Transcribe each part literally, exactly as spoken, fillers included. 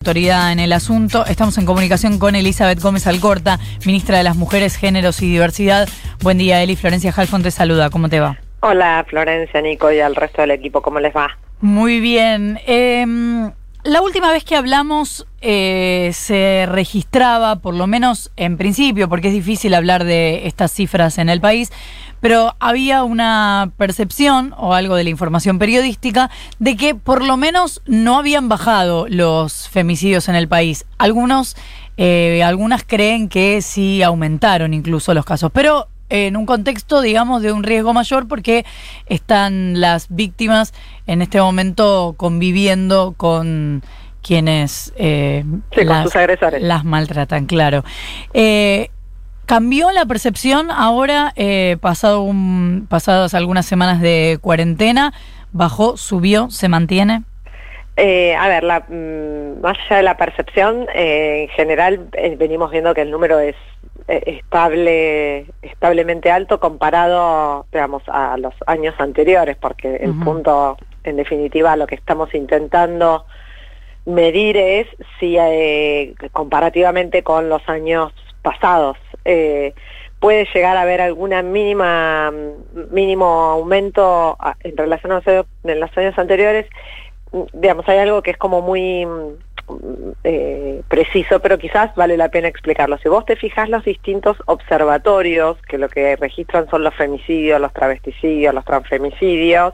Autoridad en el asunto. Estamos en comunicación con Elizabeth Gómez Alcorta, ministra de las Mujeres, Géneros y Diversidad. Buen día, Eli. Florencia Halfon te saluda. ¿Cómo te va? Hola, Florencia, Nico y al resto del equipo. ¿Cómo les va? Muy bien. Eh, la última vez que hablamos eh, se registraba, por lo menos en principio, porque es difícil hablar de estas cifras en el país, pero había una percepción o algo de la información periodística de que por lo menos no habían bajado los femicidios en el país. Algunos, eh, algunas creen que sí aumentaron incluso los casos, pero en un contexto, digamos, de un riesgo mayor porque están las víctimas en este momento conviviendo con quienes eh, sí, las, con sus agresores. las maltratan, claro. Eh, ¿Cambió la percepción ahora, eh, pasado un, pasadas algunas semanas de cuarentena? ¿Bajó, subió, se mantiene? Eh, a ver, la, mmm, más allá de la percepción, eh, en general eh, venimos viendo que el número es eh, estable, establemente alto comparado, digamos, a los años anteriores, porque el uh-huh. punto, en definitiva, lo que estamos intentando medir es si eh, comparativamente con los años pasados eh, puede llegar a haber alguna mínima mínimo aumento en relación a los, en los años anteriores. Digamos, hay algo que es como muy eh, preciso, pero quizás vale la pena explicarlo. Si vos te fijás los distintos observatorios, que lo que registran son los femicidios, los travesticidios, los transfemicidios,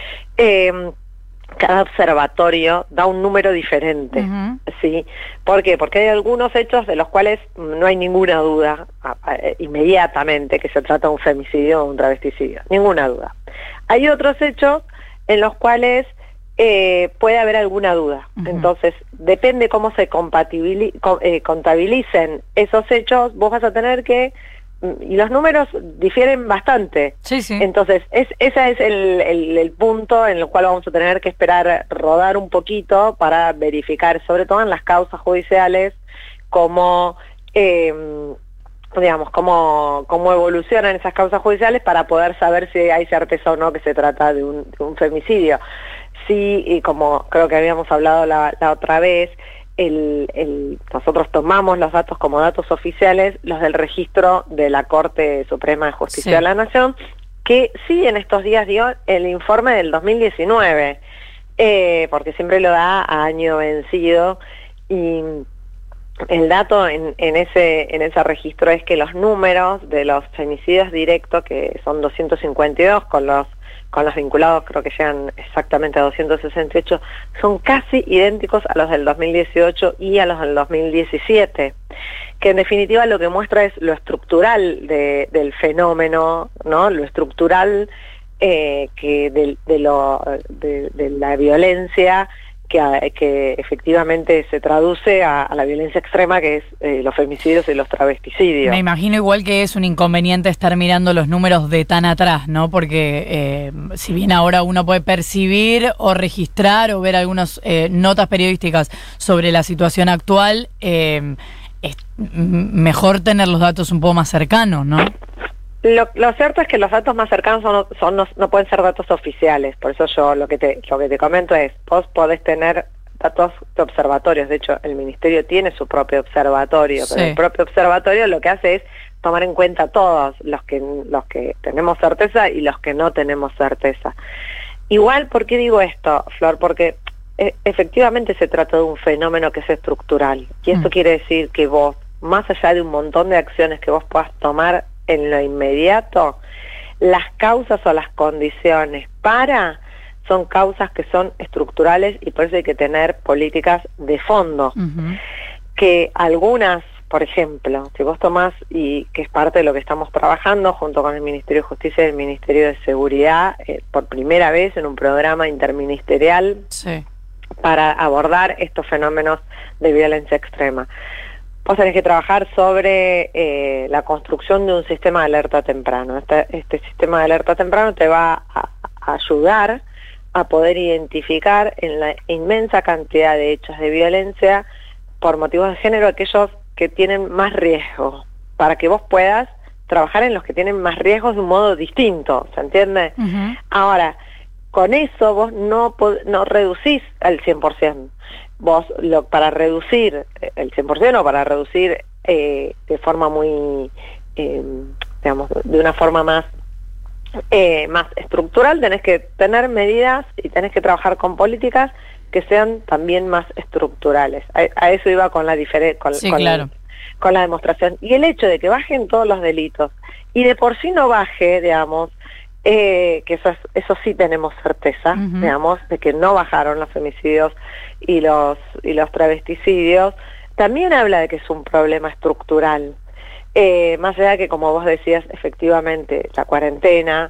eh, cada observatorio da un número diferente, uh-huh. ¿sí? ¿Por qué? Porque hay algunos hechos de los cuales no hay ninguna duda a, a, inmediatamente que se trata de un femicidio o un travesticidio, ninguna duda. Hay otros hechos en los cuales eh, puede haber alguna duda. Uh-huh. Entonces, depende cómo se compatibili- co- eh, contabilicen esos hechos, vos vas a tener que y los números difieren bastante. Sí, sí. Entonces, es, ese es el, el, el punto en el cual vamos a tener que esperar rodar un poquito para verificar, sobre todo en las causas judiciales, cómo, eh, digamos, cómo, cómo evolucionan esas causas judiciales para poder saber si hay certeza o no que se trata de un, de un femicidio. Sí, y como creo que habíamos hablado la, la otra vez, El, el, nosotros tomamos los datos como datos oficiales, los del registro de la Corte Suprema de Justicia sí. de la Nación, que sí en estos días dio el informe del dos mil diecinueve, eh, porque siempre lo da a año vencido, y el dato en, en, ese, en ese registro es que los números de los femicidios directos, que son doscientos cincuenta y dos, con los con los vinculados creo que llegan exactamente a doscientos sesenta y ocho, son casi idénticos a los del dos mil dieciocho y a los del dos mil diecisiete, que en definitiva lo que muestra es lo estructural de, del fenómeno, ¿no? Lo estructural eh, que de, de, lo, de, de la violencia que, que efectivamente se traduce a, a la violencia extrema, que es eh, los femicidios y los travesticidios. Me imagino igual que es un inconveniente estar mirando los números de tan atrás, ¿no? Porque eh, si bien ahora uno puede percibir o registrar o ver algunas eh, notas periodísticas sobre la situación actual, eh, es mejor tener los datos un poco más cercanos, ¿no? Lo, lo cierto es que los datos más cercanos son, son no, no pueden ser datos oficiales, por eso yo lo que te lo que te comento es, vos podés tener datos de observatorios, de hecho el Ministerio tiene su propio observatorio, sí. pero el propio observatorio lo que hace es tomar en cuenta todos los que los que tenemos certeza y los que no tenemos certeza. Igual, ¿por qué digo esto, Flor? Porque e- efectivamente se trata de un fenómeno que es estructural, y eso mm. quiere decir que vos, más allá de un montón de acciones que vos puedas tomar en lo inmediato, las causas o las condiciones para son causas que son estructurales y por eso hay que tener políticas de fondo. Uh-huh. Que algunas, por ejemplo, si vos tomás, y que es parte de lo que estamos trabajando junto con el Ministerio de Justicia y el Ministerio de Seguridad, eh, por primera vez en un programa interministerial sí. para abordar estos fenómenos de violencia extrema. Vos tenés que trabajar sobre eh, la construcción de un sistema de alerta temprano. Este, este sistema de alerta temprano te va a, a ayudar a poder identificar en la inmensa cantidad de hechos de violencia por motivos de género aquellos que tienen más riesgo, para que vos puedas trabajar en los que tienen más riesgos de un modo distinto, ¿se entiende? Uh-huh. Ahora, con eso vos no, no reducís al cien por ciento. vos lo, para reducir el cien por ciento o para reducir eh, de forma muy, eh, digamos, de una forma más eh, más estructural, tenés que tener medidas y tenés que trabajar con políticas que sean también más estructurales. A, a eso iba con la diferencia, con, sí, con, claro. con la demostración. Y el hecho de que bajen todos los delitos y de por sí no baje, digamos, eh, que eso, es, eso sí tenemos certeza, uh-huh. digamos, de que no bajaron los femicidios y los, y los travesticidios, también habla de que es un problema estructural. Eh, más allá de que, como vos decías, efectivamente, la cuarentena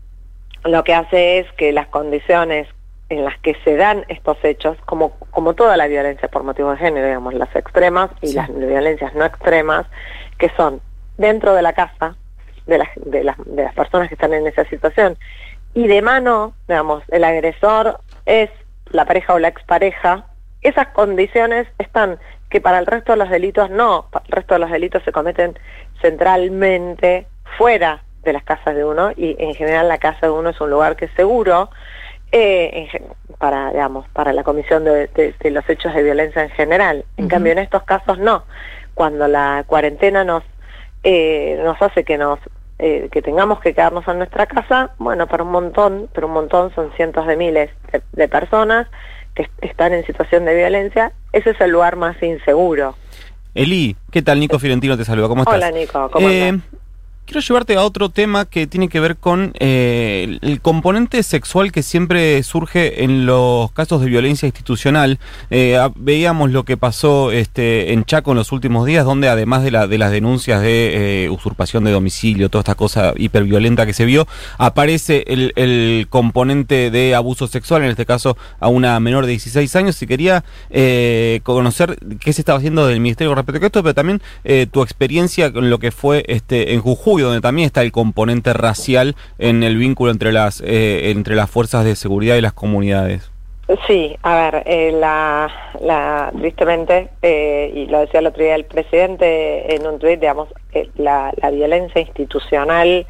lo que hace es que las condiciones en las que se dan estos hechos, como, como toda la violencia por motivos de género, digamos, las extremas y sí. las violencias no extremas, que son dentro de la casa, de las, de las, de las personas que están en esa situación, y de mano, digamos, el agresor es la pareja o la expareja, esas condiciones están, que para el resto de los delitos no, el resto de los delitos se cometen centralmente fuera de las casas de uno, y en general la casa de uno es un lugar que es seguro, Eh, en, para, digamos, para la comisión de, de, de los hechos de violencia en general. En uh-huh. cambio, en estos casos no. Cuando la cuarentena nos eh, nos hace que nos eh, que tengamos que quedarnos en nuestra casa, bueno, para un montón, pero un montón son cientos de miles de, de personas que están en situación de violencia, ese es el lugar más inseguro. Eli, ¿qué tal? Nico Fiorentino te saluda, ¿cómo estás? Hola, Nico, ¿cómo eh, estás? Quiero llevarte a otro tema que tiene que ver con eh, el componente sexual que siempre surge en los casos de violencia institucional. Eh, veíamos lo que pasó este, en Chaco en los últimos días, donde además de, la, de las denuncias de eh, usurpación de domicilio, toda esta cosa hiperviolenta que se vio, aparece el, el componente de abuso sexual, en este caso a una menor de dieciséis años. Y quería eh, conocer qué se estaba haciendo del Ministerio respecto a esto, pero también eh, tu experiencia con lo que fue este, en Jujuy, donde también está el componente racial en el vínculo entre las eh, entre las fuerzas de seguridad y las comunidades. Sí, a ver, eh, la, la tristemente, eh, y lo decía el otro día el presidente en un tuit, digamos, eh, la, la violencia institucional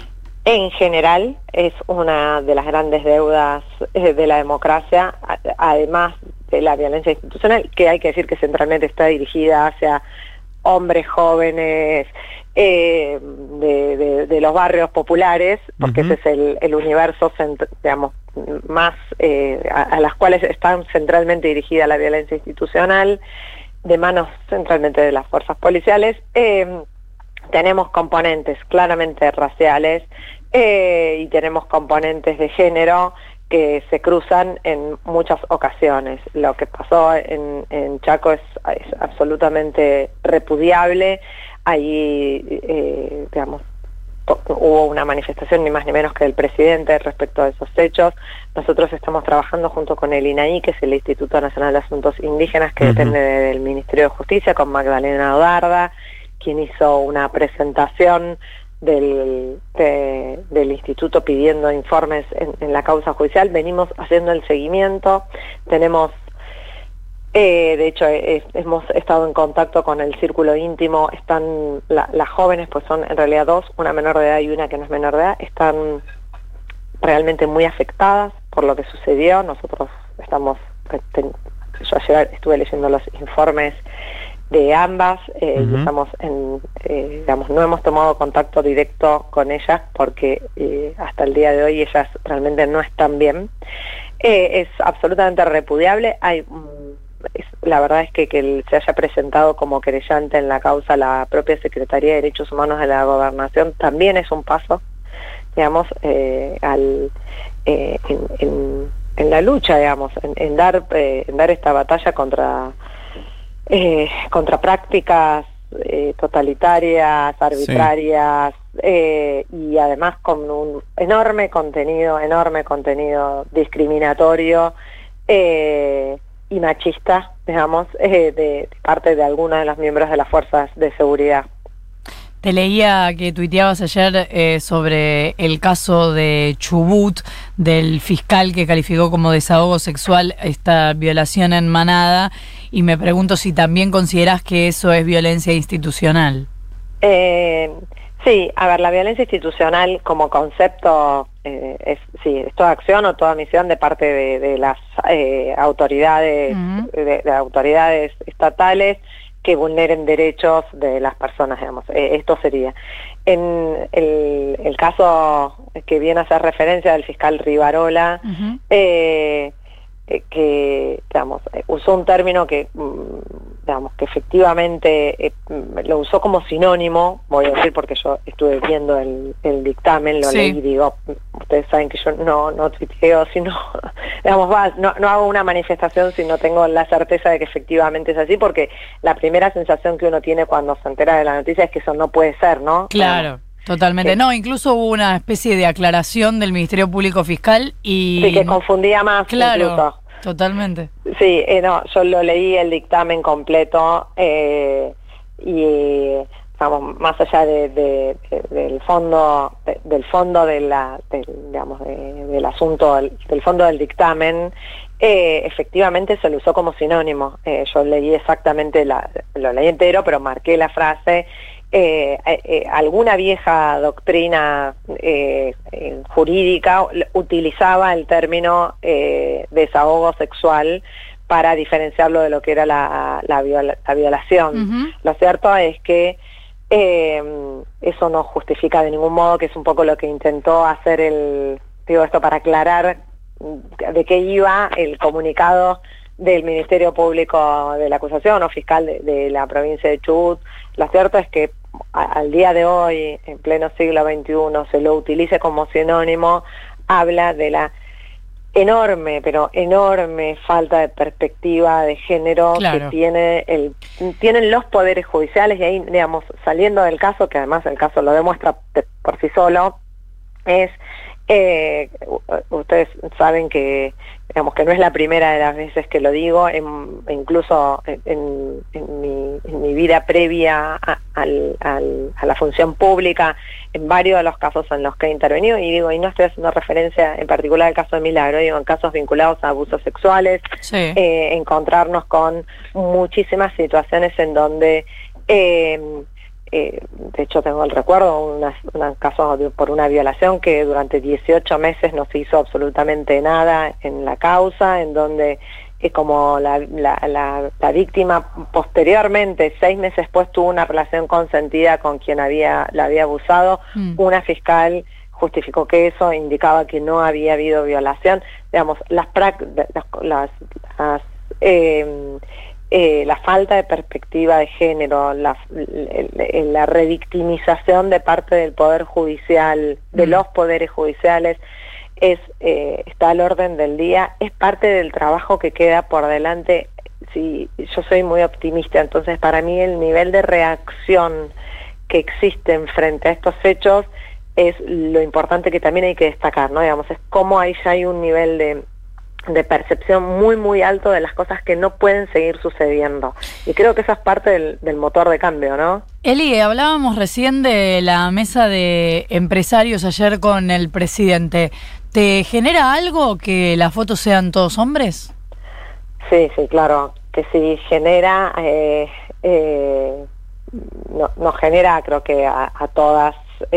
en general es una de las grandes deudas eh, de la democracia, a, además de la violencia institucional, que hay que decir que centralmente está dirigida hacia hombres jóvenes, eh, de, de, de los barrios populares, porque uh-huh. ese es el, el universo, digamos, más eh, a, a las cuales están centralmente dirigida la violencia institucional, de manos centralmente de las fuerzas policiales. Eh, tenemos componentes claramente raciales eh, y tenemos componentes de género que se cruzan en muchas ocasiones. Lo que pasó en, en Chaco es, es absolutamente repudiable. Ahí, eh, digamos, hubo una manifestación ni más ni menos que del presidente respecto a esos hechos. Nosotros estamos trabajando junto con el I N A I, que es el Instituto Nacional de Asuntos Indígenas, que uh-huh. depende del Ministerio de Justicia, con Magdalena Odarda, quien hizo una presentación del, de, del instituto pidiendo informes en, en la causa judicial. Venimos haciendo el seguimiento, tenemos eh, de hecho eh, hemos estado en contacto con el círculo íntimo, están la, las jóvenes, pues son en realidad dos, una menor de edad y una que no es menor de edad, están realmente muy afectadas por lo que sucedió. Nosotros estamos, yo ayer estuve leyendo los informes de ambas, eh, uh-huh. y estamos en, eh, digamos, no hemos tomado contacto directo con ellas porque eh, hasta el día de hoy ellas realmente no están bien. Eh, es absolutamente repudiable. Hay, es, la verdad es que que el, se haya presentado como querellante en la causa la propia Secretaría de Derechos Humanos de la Gobernación también es un paso, digamos, eh, al eh, en, en, en la lucha, digamos, en, en dar eh, en dar esta batalla contra Eh, contra prácticas eh, totalitarias, arbitrarias, sí. eh, y además con un enorme contenido, enorme contenido discriminatorio eh, y machista, digamos, eh, de, de parte de algunos de los miembros de las fuerzas de seguridad. Te leía que tuiteabas ayer eh, sobre el caso de Chubut, del fiscal que calificó como desahogo sexual esta violación en manada, y me pregunto si también considerás que eso es violencia institucional. Eh, sí, a ver, la violencia institucional como concepto eh, es sí, es toda acción o toda misión de parte de, de las eh, autoridades, uh-huh. de, de autoridades estatales que vulneren derechos de las personas, digamos. Eh, esto sería. En el, el caso que viene a hacer referencia del fiscal Rivarola, uh-huh. eh, eh, que, digamos, eh, usó un término que, digamos, que efectivamente eh, lo usó como sinónimo, voy a decir porque yo estuve viendo el, el dictamen, lo sí. leí, digo, ustedes saben que yo no, no tuiteo, sino, digamos, va, no, no hago una manifestación si no tengo la certeza de que efectivamente es así, porque la primera sensación que uno tiene cuando se entera de la noticia es que eso no puede ser, ¿no? Claro. Um, Totalmente. No, incluso hubo una especie de aclaración del Ministerio Público Fiscal y... Sí, que confundía más. Claro, incluso. Totalmente. Sí, eh, no, yo lo leí el dictamen completo eh, y, digamos, más allá de, de, de, del fondo, de, del fondo de la, de, digamos, de, del asunto, del fondo del dictamen, eh, efectivamente se lo usó como sinónimo. Eh, yo leí exactamente, la, lo leí entero, pero marqué la frase. Eh, eh, alguna vieja doctrina eh, eh, jurídica utilizaba el término eh, desahogo sexual para diferenciarlo de lo que era la, la, viola, la violación. Uh-huh. Lo cierto es que eh, eso no justifica de ningún modo, que es un poco lo que intentó hacer el, digo esto para aclarar de qué iba el comunicado del Ministerio Público de la Acusación o fiscal de, de la provincia de Chubut. Lo cierto es que a, al día de hoy, en pleno siglo veintiuno, se lo utilice como sinónimo, habla de la enorme, pero enorme falta de perspectiva de género claro. que tiene el, tienen los poderes judiciales, y ahí, digamos, saliendo del caso, que además el caso lo demuestra por sí solo, es... Eh, ustedes saben que, digamos, que no es la primera de las veces que lo digo, en, incluso en, en, mi, en mi vida previa a, al, al, a la función pública, en varios de los casos en los que he intervenido, y digo, y no estoy haciendo referencia en particular al caso de Milagro, digo, en casos vinculados a abusos sexuales, sí. eh, encontrarnos con muchísimas situaciones en donde... Eh, Eh, de hecho tengo el recuerdo un caso de, por una violación que durante dieciocho meses no se hizo absolutamente nada en la causa, en donde eh, como la, la, la, la víctima posteriormente, seis meses después, tuvo una relación consentida con quien había la había abusado, mm. una fiscal justificó que eso indicaba que no había habido violación. Digamos, las, las, las, las eh, Eh, la falta de perspectiva de género, la, la, la revictimización de parte del Poder Judicial, de mm. los poderes judiciales, es eh, está al orden del día, es parte del trabajo que queda por delante. Sí, yo soy muy optimista, entonces para mí el nivel de reacción que existe frente a estos hechos es lo importante que también hay que destacar, ¿no? Digamos, es como ahí ya hay un nivel de de percepción muy muy alto de las cosas que no pueden seguir sucediendo, y creo que eso es parte del, del motor de cambio, ¿no? Eli, hablábamos recién de la mesa de empresarios ayer con el presidente. ¿Te genera algo que las fotos sean todos hombres? Sí, sí, claro, que sí genera, eh, eh, no, nos genera, creo que a, a todas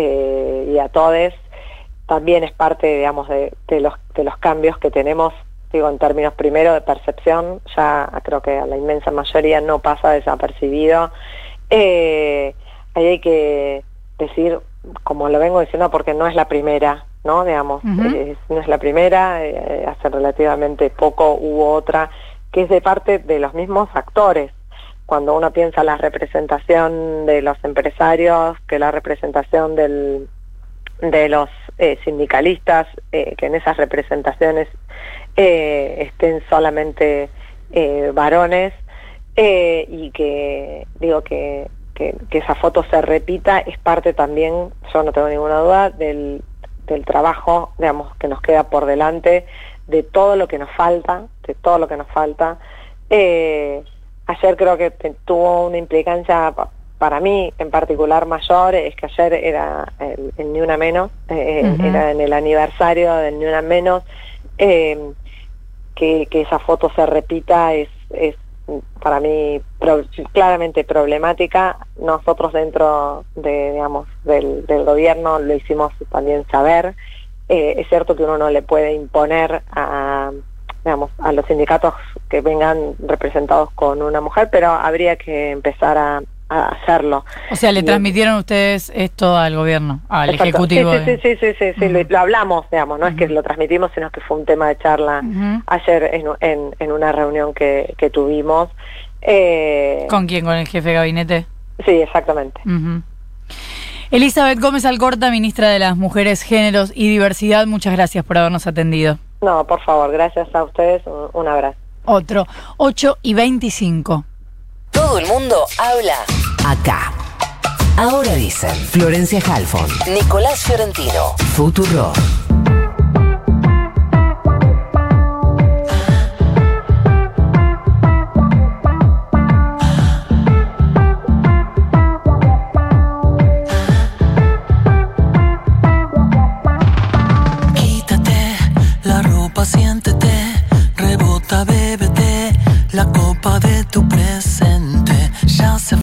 eh, y a todes. También es parte, digamos, de, de los de los cambios que tenemos, digo, en términos primero de percepción, ya creo que a la inmensa mayoría no pasa desapercibido. Eh, ahí hay que decir, como lo vengo diciendo, porque no es la primera, ¿no? Digamos, uh-huh. eh, no es la primera, eh, hace relativamente poco hubo otra, que es de parte de los mismos actores. Cuando uno piensa la representación de los empresarios, que la representación del, de los eh, sindicalistas, eh, que en esas representaciones eh, estén solamente eh, varones, eh, y que, digo, que, que, que esa foto se repita, es parte también, yo no tengo ninguna duda, del, del trabajo, digamos, que nos queda por delante, de todo lo que nos falta, de todo lo que nos falta. Eh, ayer creo que tuvo una implicancia para mí en particular mayor, es que ayer era el, el Ni Una Menos, eh, uh-huh. era en el aniversario del Ni Una Menos, eh, que, que esa foto se repita es, es para mí pro, claramente problemática. Nosotros dentro de, digamos, del, del gobierno lo hicimos también saber, Eh, es cierto que uno no le puede imponer a, digamos, a los sindicatos que vengan representados con una mujer, pero habría que empezar a, a hacerlo. O sea, ¿le y, transmitieron ustedes esto al gobierno, al exacto. ejecutivo? Sí, sí, sí, sí, sí, sí, uh-huh. lo, lo hablamos, digamos, no uh-huh. es que lo transmitimos, sino que fue un tema de charla uh-huh. ayer en, en, en una reunión que, que tuvimos. Eh, ¿Con quién? ¿Con el jefe de gabinete? Sí, exactamente. Uh-huh. Elizabeth Gómez Alcorta, ministra de las Mujeres, Géneros y Diversidad, muchas gracias por habernos atendido. No, por favor, gracias a ustedes, un, un abrazo. Otro, ocho y veinticinco. Todo el mundo habla acá. Ahora dicen Florencia Halfon, Nicolás Fiorentino, Futuro.